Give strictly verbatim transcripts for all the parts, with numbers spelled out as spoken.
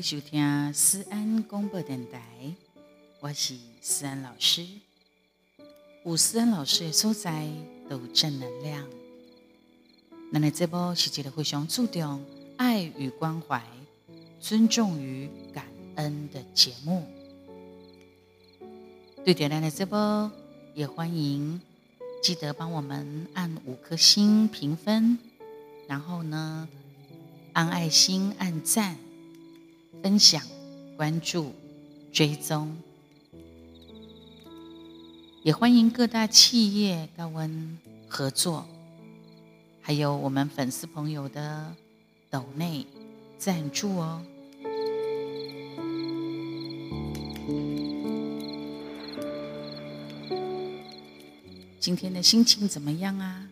收听思安广播电台，我是思安老师。有思安老师的所在，都有正能量。咱的节目是一个非常注重爱与关怀、尊重与感恩的节目。对点咱的节目，也欢迎记得帮我们按五颗星评分，然后呢，按爱心、按赞、分享、关注、追踪。也欢迎各大企业跟我们合作，还有我们粉丝朋友的抖内赞助哦。今天的心情怎么样啊？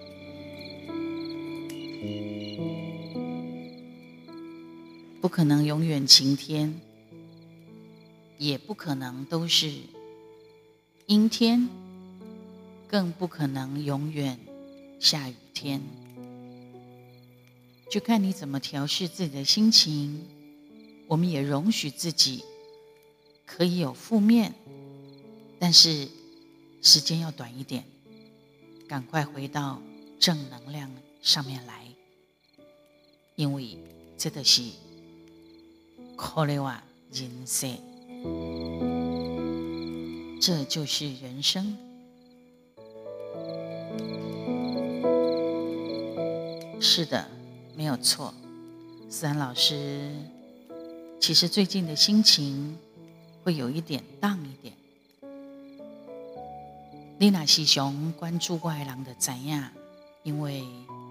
不可能永远晴天，也不可能都是阴天，更不可能永远下雨天。就看你怎么调试自己的心情。我们也容许自己可以有负面，但是时间要短一点，赶快回到正能量上面来，因为这个是可怜话人生，这就是人生。是的，没有错。思安老师其实最近的心情会有一点荡一点。你若是常关注我的人就知道，因为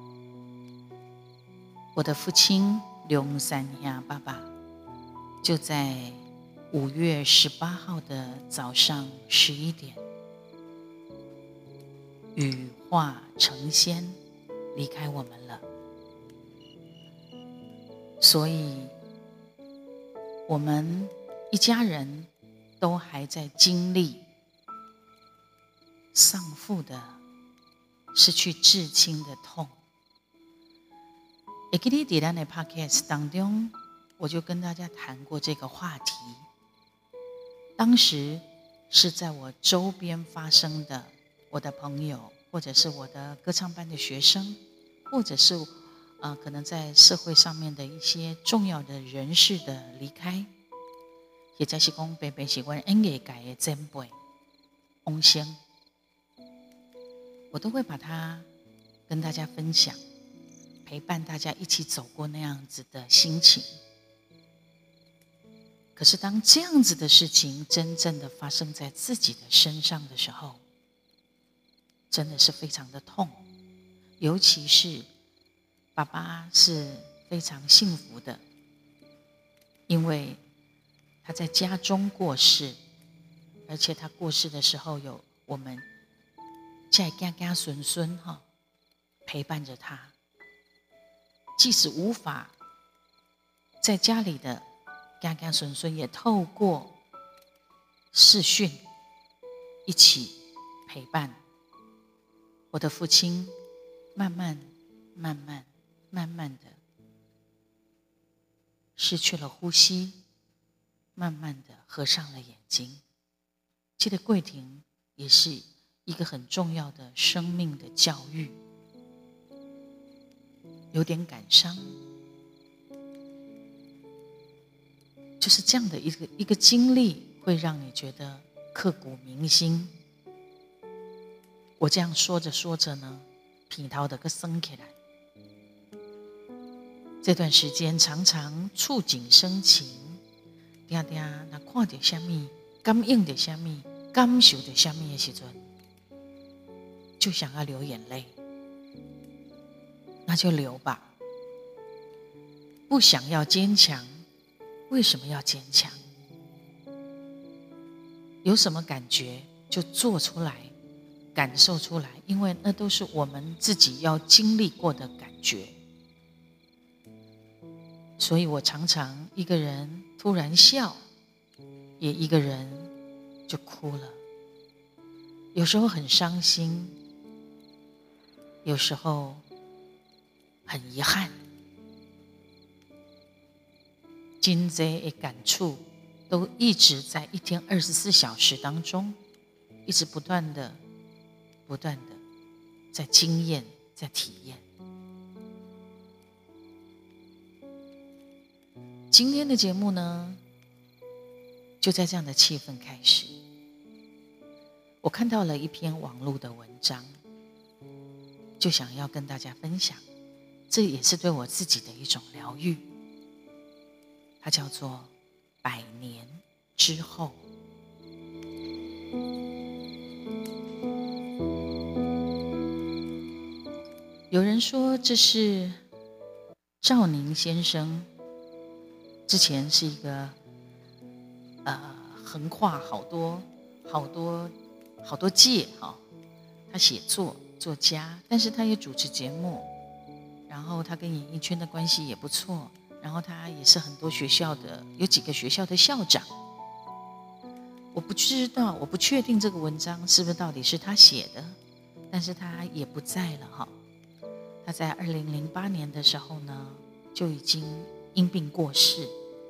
我的父亲龙山兄爸爸就在五月十八号的早上十一点，羽化成仙，离开我们了。所以我们一家人都还在经历丧父的失去至亲的痛。会记得在咱的 podcast 当中，我就跟大家谈过这个话题。当时是在我周边发生的，我的朋友，或者是我的歌唱班的学生，或者是呃，可能在社会上面的一些重要的人士的离开，也就是说白白是我演艺界的前辈往生，我都会把它跟大家分享，陪伴大家一起走过那样子的心情。可是当这样子的事情真正的发生在自己的身上的时候，真的是非常的痛。尤其是爸爸是非常幸福的，因为他在家中过世，而且他过世的时候有我们在家家孙孙哈陪伴着他，即使无法在家里的家家孙孙也透过视讯一起陪伴我的父亲，慢慢慢慢慢慢的失去了呼吸，慢慢的合上了眼睛。这个过程也是一个很重要的生命的教育，有点感伤。就是这样的一个一个经历，会让你觉得刻骨铭心。我这样说着说着呢，鼻头就酸起来。这段时间常常触景生情，定定那看到什么，感应到什么，感受到什么的时候，就想要流眼泪。那就流吧。不想要坚强，为什么要坚强？有什么感觉就做出来，感受出来，因为那都是我们自己要经历过的感觉。所以我常常一个人突然笑，也一个人就哭了。有时候很伤心，有时候很遗憾。 真多的感触都一直在一天二十四小时当中，一直不断的、不断的在经验、在体验。今天的节目呢，就在这样的气氛开始。我看到了一篇网络的文章，就想要跟大家分享，这也是对我自己的一种疗愈。它叫做百年之后。有人说这是赵宁先生之前是一个呃横跨好多好多好多届哈、哦，他写作作家，但是他也主持节目，然后他跟演艺圈的关系也不错，然后他也是很多学校的有几个学校的校长。我不知道，我不确定这个文章是不是到底是他写的，但是他也不在了哈。他在二零零八年的时候呢，就已经因病过世。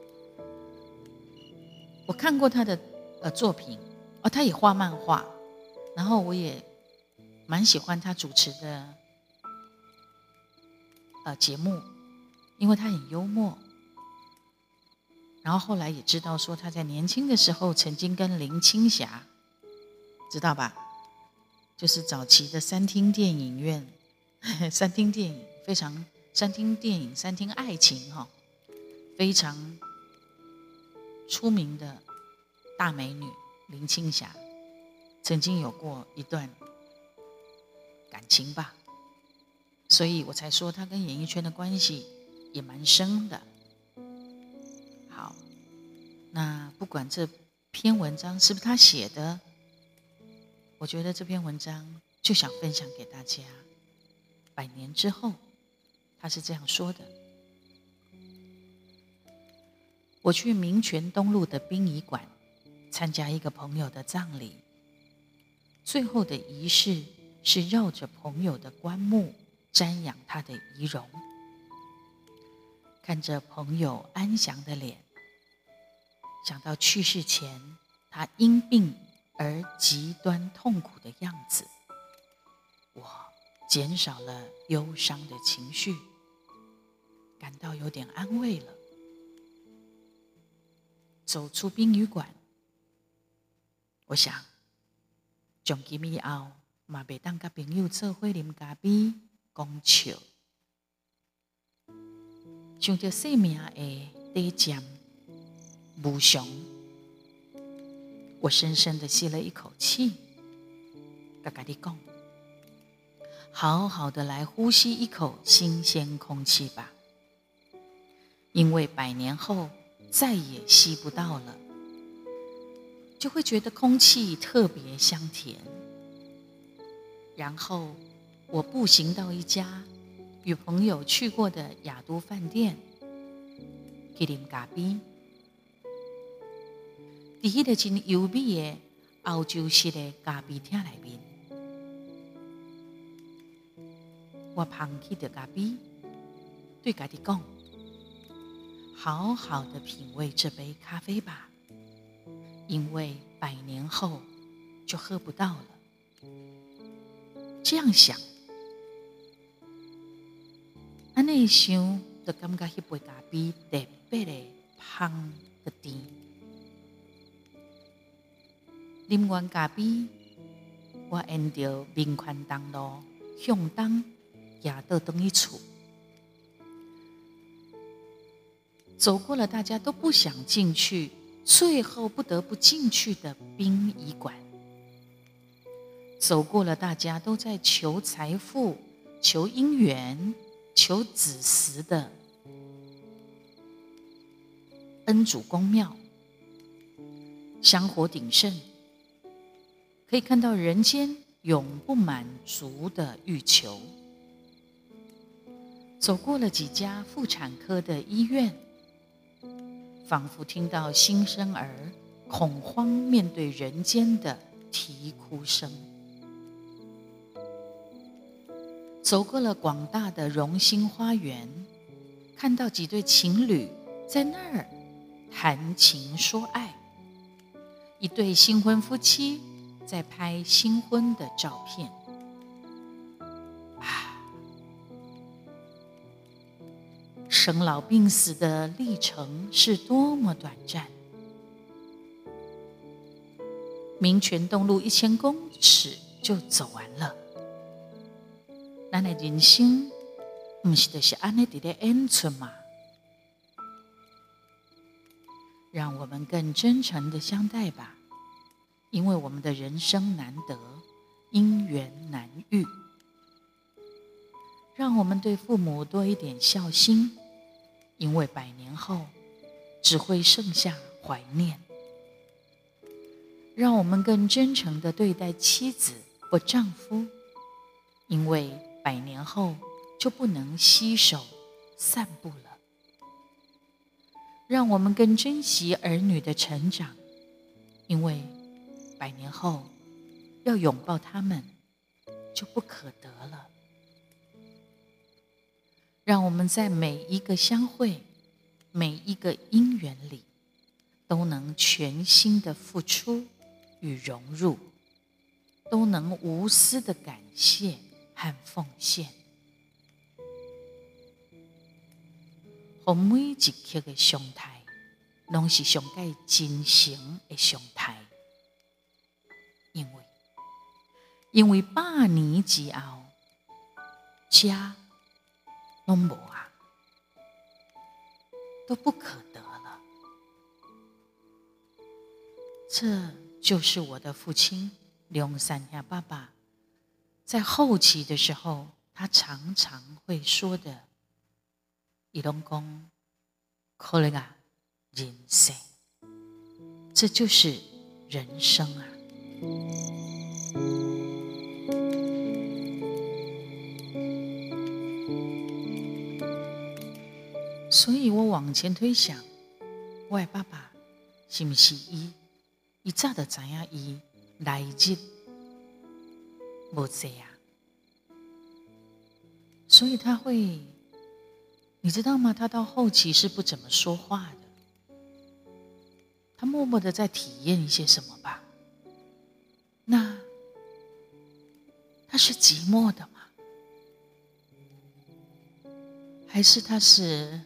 我看过他的呃作品，哦，他也画漫画，然后我也蛮喜欢他主持的呃节目，因为他很幽默。然后后来也知道说他在年轻的时候曾经跟林青霞，知道吧？就是早期的三厅电影院。三厅电影非常，三厅电影、三厅爱情哈，非常出名的大美女林青霞，曾经有过一段感情吧，所以我才说她跟演艺圈的关系也蛮深的。好，那不管这篇文章是不是他写的，我觉得这篇文章就想分享给大家。百年之后，他是这样说的：我去民权东路的殡仪馆参加一个朋友的葬礼，最后的仪式是绕着朋友的棺木瞻仰他的遗容，看着朋友安详的脸，想到去世前他因病而极端痛苦的样子，我减少了忧伤的情绪，感到有点安慰了。走出殡仪馆，我想从今以后嘛袂当甲朋友做伙啉咖啡讲笑，想到生命的短暂无常，我深深地吸了一口气，甲家己讲，好好的来呼吸一口新鲜空气吧，因为百年后再也吸不到了，就会觉得空气特别香甜。然后我步行到一家与朋友去过的雅都饭店，去啉咖啡。在那个真优美的欧洲式的咖啡厅里面，我捧起的咖啡，对自己讲，好好的品味这杯咖啡吧，因为百年后就喝不到了。这样想，安内想，就感觉那杯咖啡特别的香的甜。啉完咖啡，我沿着民权东路向东行到回去厝，走过了大家都不想进去，最后不得不进去的殡仪馆，走过了大家都在求财富、求姻缘、求子嗣的恩主公庙，香火鼎盛，可以看到人间永不满足的欲求。走过了几家妇产科的医院，仿佛听到新生儿恐慌面对人间的啼哭声。走过了广大的荣兴花园，看到几对情侣在那儿谈情说爱，一对新婚夫妻在拍新婚的照片。啊，生老病死的历程是多么短暂。民权东路一千公尺就走完了。咱的人生不是就是这样在那演出吗？让我们更真诚的相待吧，因为我们的人生难得，姻缘难遇。让我们对父母多一点孝心，因为百年后只会剩下怀念。让我们更真诚地对待妻子或丈夫，因为百年后就不能携手散步了。让我们更珍惜儿女的成长，因为百年后要拥抱他们就不可得了。让我们在每一个相会，每一个因缘里，都能全心的付出与融入，都能无私的感谢和奉献。和每一刻的相待，都是上界真诚的相待。因为，因为百年之后，家都没啊，都不可得了。这就是我的父亲梁山下爸爸在后期的时候，他常常会说的，他都说可能啊，人生，这就是人生啊。所以我往前推想，我的爸爸是不是他他早就知道他来日没多啊，所以他会，你知道吗？他到后期是不怎么说话的，他默默的在体验一些什么吧。那他是寂寞的吗？还是他是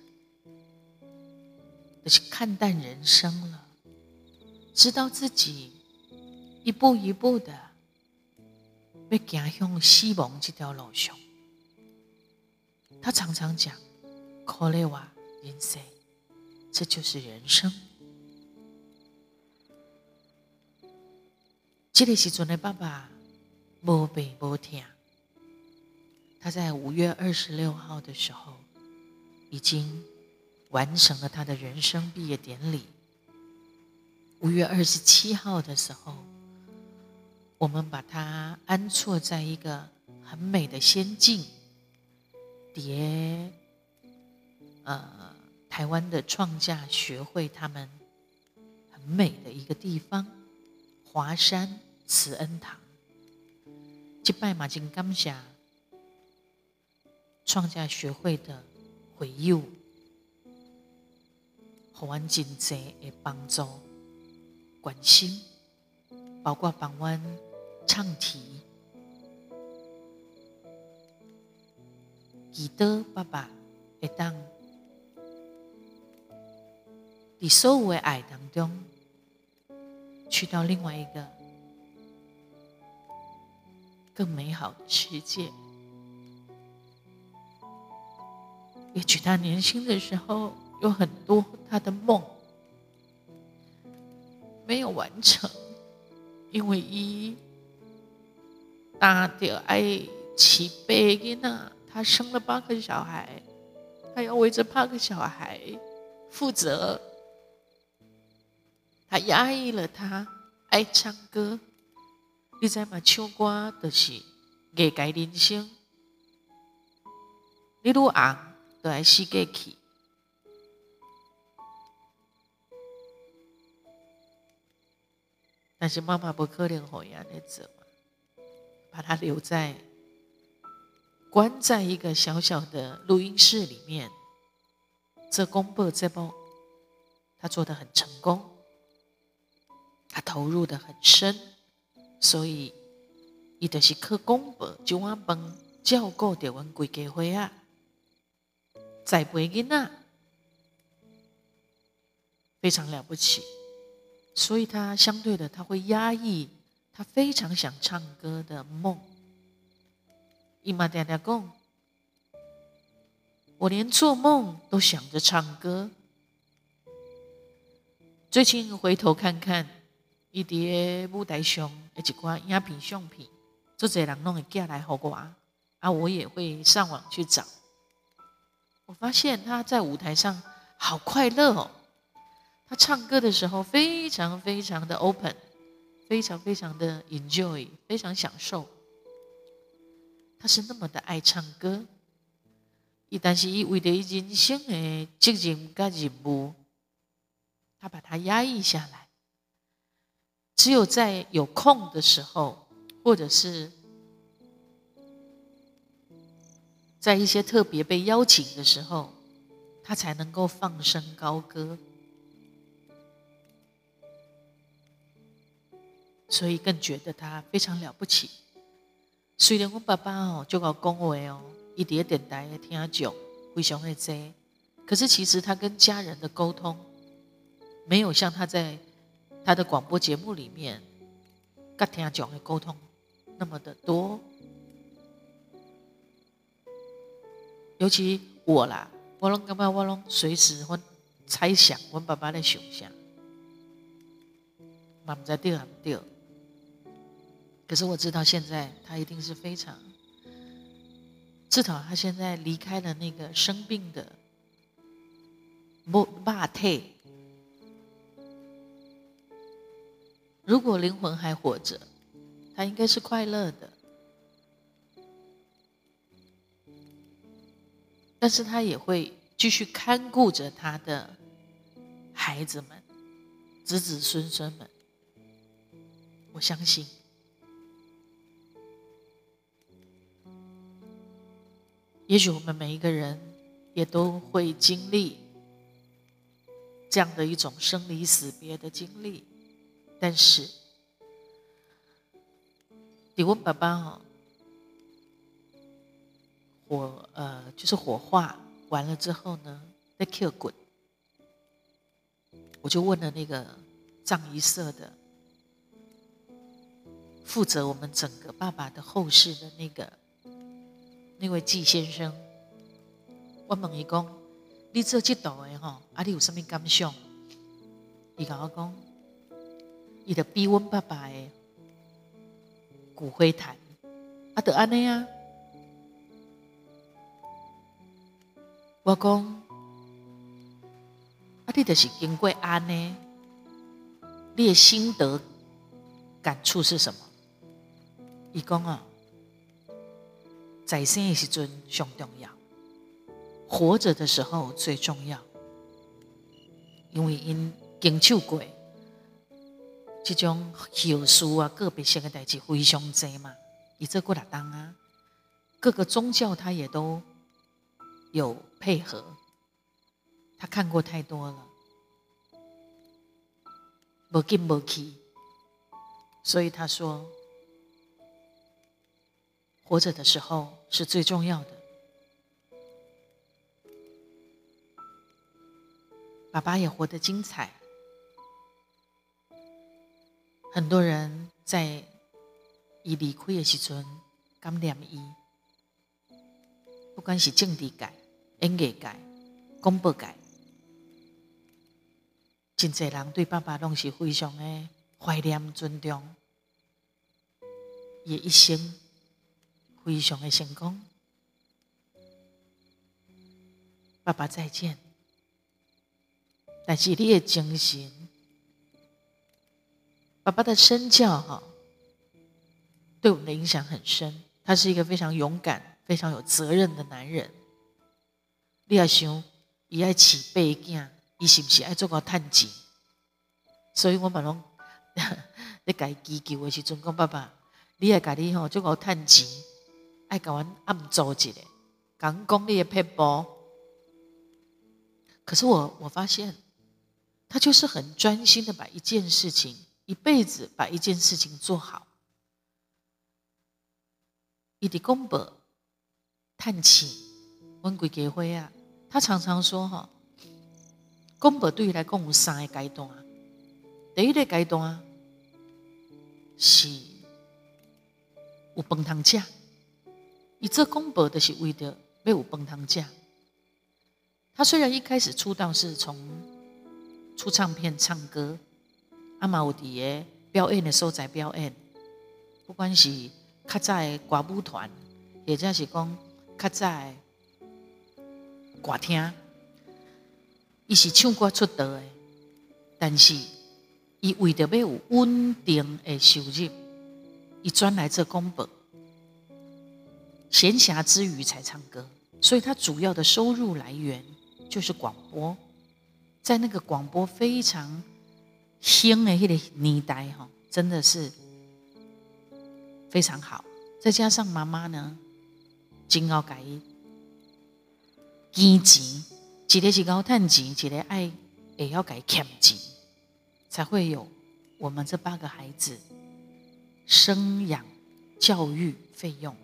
就是看淡人生了，知道自己一步一步的要走向死亡这条路上。他常常讲可能我人生，这就是人生。这个时阵的爸爸没病没痛，他在五月二十六号的时候已经完成了他的人生毕业典礼。五月二十七号的时候，我们把他安错在一个很美的仙境，叠呃台湾的创价学会他们很美的一个地方，华山慈恩堂。这拜嘛真感谢创价学会的会友，给我们真多的帮助、关心，包括帮我们唱题。记得爸爸会当在所有的爱当中，去到另外一个更美好的世界。也许他年轻的时候有很多他的梦没有完成，因为他大着爱饲八个囡仔，他生了八个小孩，他要为这八个小孩负责。他压抑了他爱唱歌，你知道唱歌就是艺界人生，你愈红就要死过去。但是妈妈不可能让他这样做，把他留在关在一个小小的录音室里面，做广播节目， 他做得很成功，他投入得很深，所以他就是靠广播一碗饭照顾着阮规家伙仔，栽培囡仔，非常了不起。所以他相对的，他会压抑他非常想唱歌的梦。伊嘛常常讲，我连做梦都想着唱歌。最近回头看看，伊伫舞台上的一寡影片、相片，做侪人拢会寄来给我，啊，我也会上网去找。我发现他在舞台上好快乐哦。他唱歌的时候非常非常的 open， 非常非常的 enjoy， 非常享受。他是那么的爱唱歌，但是他为了人生的责任跟任务，他把它压抑下来。只有在有空的时候，或者是在一些特别被邀请的时候，他才能够放声高歌。所以更觉得他非常了不起。虽然我爸爸哦就搞讲话哦，他在电台的听众非常的多，可是其实他跟家人的沟通，没有像他在他的广播节目里面跟听众的沟通那么的多。尤其我啦，我拢感觉我拢随时我猜想我爸爸在想啥，嘛不知道对还不对。可是我知道现在他一定是非常，至少他现在离开了那个生病的肉体。如果灵魂还活着，他应该是快乐的，但是他也会继续看顾着他的孩子们、子子孙孙们。我相信。也许我们每一个人也都会经历这样的一种生离死别的经历，但是你问爸爸哦，火呃就是火化完了之后呢，在 Q 滚，我就问了那个葬仪社的负责我们整个爸爸的后事的那个。那位季先生，我问他说：“你做这道的吼，啊，你有什么感想？”他跟我说：“他就比我爸爸的骨灰坛，啊，就安尼啊。”我说：“啊，你就是经过安尼，你的心得感触是什么？”他说啊。在生的时阵上重要，活着的时候最重要，因为因经受过这种后事啊、个别性的代志非常多嘛，以这过来当啊，各个宗教他也都有配合，他看过太多了，没进没去，所以他说。活着的时候是最重要的。爸爸也活得精彩。很多人在他离开的时阵感念他，不管是政治界、演艺界、广播界，真多人对爸爸都是非常的怀念、尊重，也一生。非常的成功，爸爸再见。但是你的精神，爸爸的身教哈，对我们的影响很深。他是一个非常勇敢、非常有责任的男人。你也想，他爱饲八个囝，他是不是爱做个趁钱？所以我嘛拢在给他祈求的时阵，讲爸爸，你爱家己吼做个趁钱。爱给我暗做一下，讲讲你的撇步。可是我我发现， 他就是很专心的把一件事情，一辈子把一件事情做好。他在公婆叹气，我们规家伙啊，他常常说哈，公婆对他来讲有三个阶段。第一个阶段是有饭通吃，他做公婆就是为了要有饭通吃。他虽然一开始出道是从出唱片唱歌，啊嘛有伫个表演的所在表演，不管是较早的歌舞团，或者是讲较早的歌厅，伊是唱歌出道的，但是伊为着要有稳定的收入，伊转来做公婆，闲暇之余才唱歌，所以他主要的收入来源就是广播。在那个广播非常兴的那个年代，真的是非常好。再加上妈妈呢，真要给他捐钱，一个是高赚钱，一个爱也要给欠钱，才会有我们这八个孩子生养教育费用。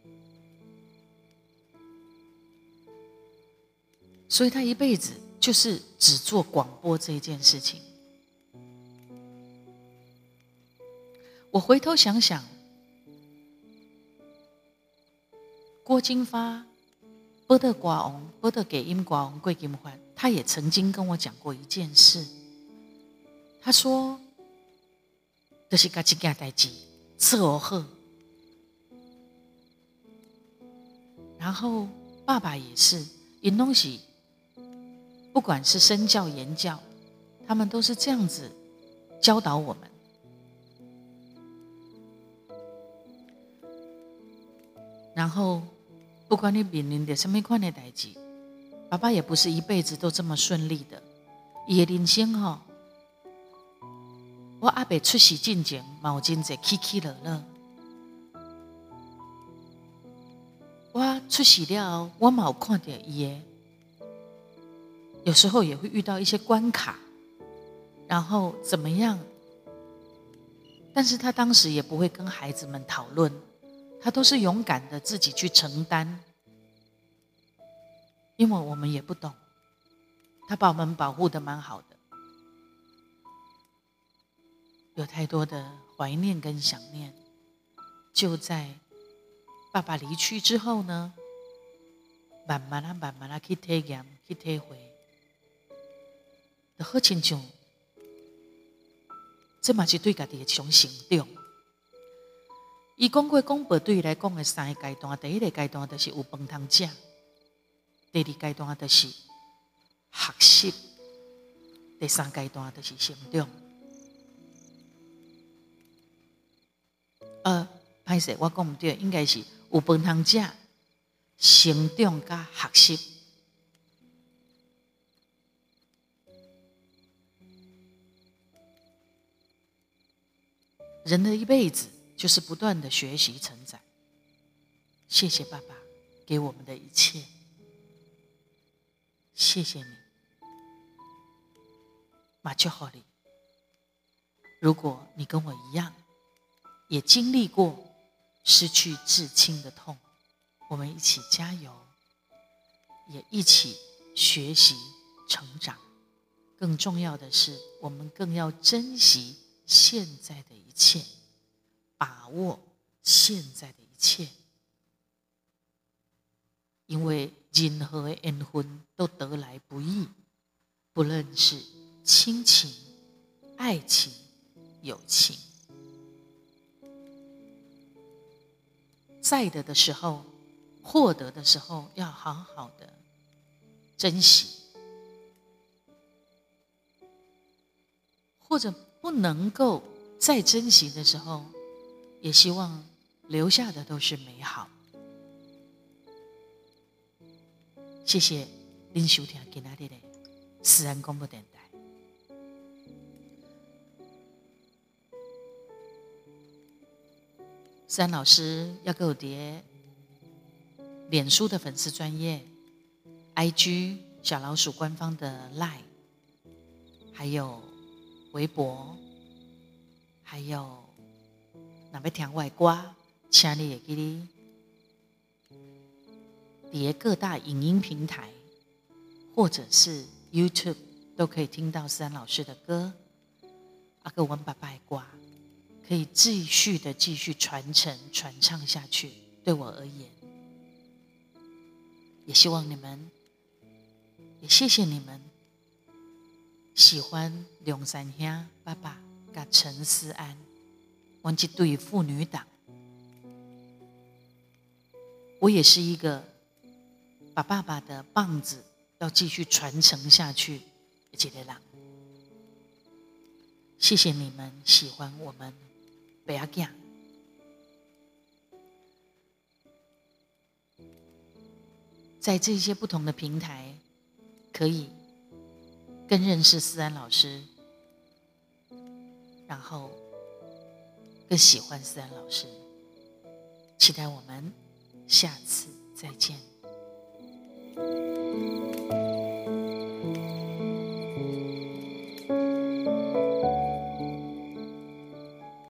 所以他一辈子就是只做广播这一件事情。我回头想想，郭金发、波特歌王、波特给音歌王桂金环，他也曾经跟我讲过一件事。他说，就是把这件代志做好。然后爸爸也是，因拢是不管是身教言教，他们都是这样子教导我们。然后不管你面临的什么款的代志，爸爸也不是一辈子都这么顺利的。他的人生吼，我还没出世之前，也有真多起起落落。我出世了后，我也有看到他的，有时候也会遇到一些关卡，然后怎么样？但是他当时也不会跟孩子们讨论，他都是勇敢的自己去承担，因为我们也不懂，他把我们保护得蛮好的。有太多的怀念跟想念，就在爸爸离去之后呢，慢慢啊慢慢啊去体验去体会，就好亲像这嘛是对家己的一种成长。他讲过公婆对他来讲的三个阶段，第一个阶段就是有饭通吃，第二阶段就是学习，第三阶段就是成长。呃，抱歉，我讲不对，应该是有饭通吃、成长加学习。人的一辈子就是不断的学习成长。谢谢爸爸给我们的一切，谢谢你，马就好你。如果你跟我一样，也经历过失去至亲的痛，我们一起加油，也一起学习成长。更重要的是，我们更要珍惜现在的一切，把握现在的一切，因为任何的缘分都得来不易，不论是亲情、爱情、友情，在的的时候，获得的时候，要好好的珍惜，或者不能够再珍惜的时候，也希望留下的都是美好。谢谢您收听今天的思安广播电台。思安老师要给我叠脸书的粉丝专页 I G 小老鼠官方的 Line， 还有微博，还有若要听我的歌，请你会记得伫各大影音平台或者是 YouTube 都可以听到思安老师的歌，啊，跟我们爸爸的歌，可以继续的继续传承传唱下去。对我而言，也希望你们，也谢谢你们喜欢梁山兄爸爸跟陈思安，我这对父女档。我也是一个把爸爸的棒子要继续传承下去的一个人。谢谢你们喜欢我们爸仔囝。在这些不同的平台，可以更认识思安老师，然后更喜欢思安老师。期待我们下次再见。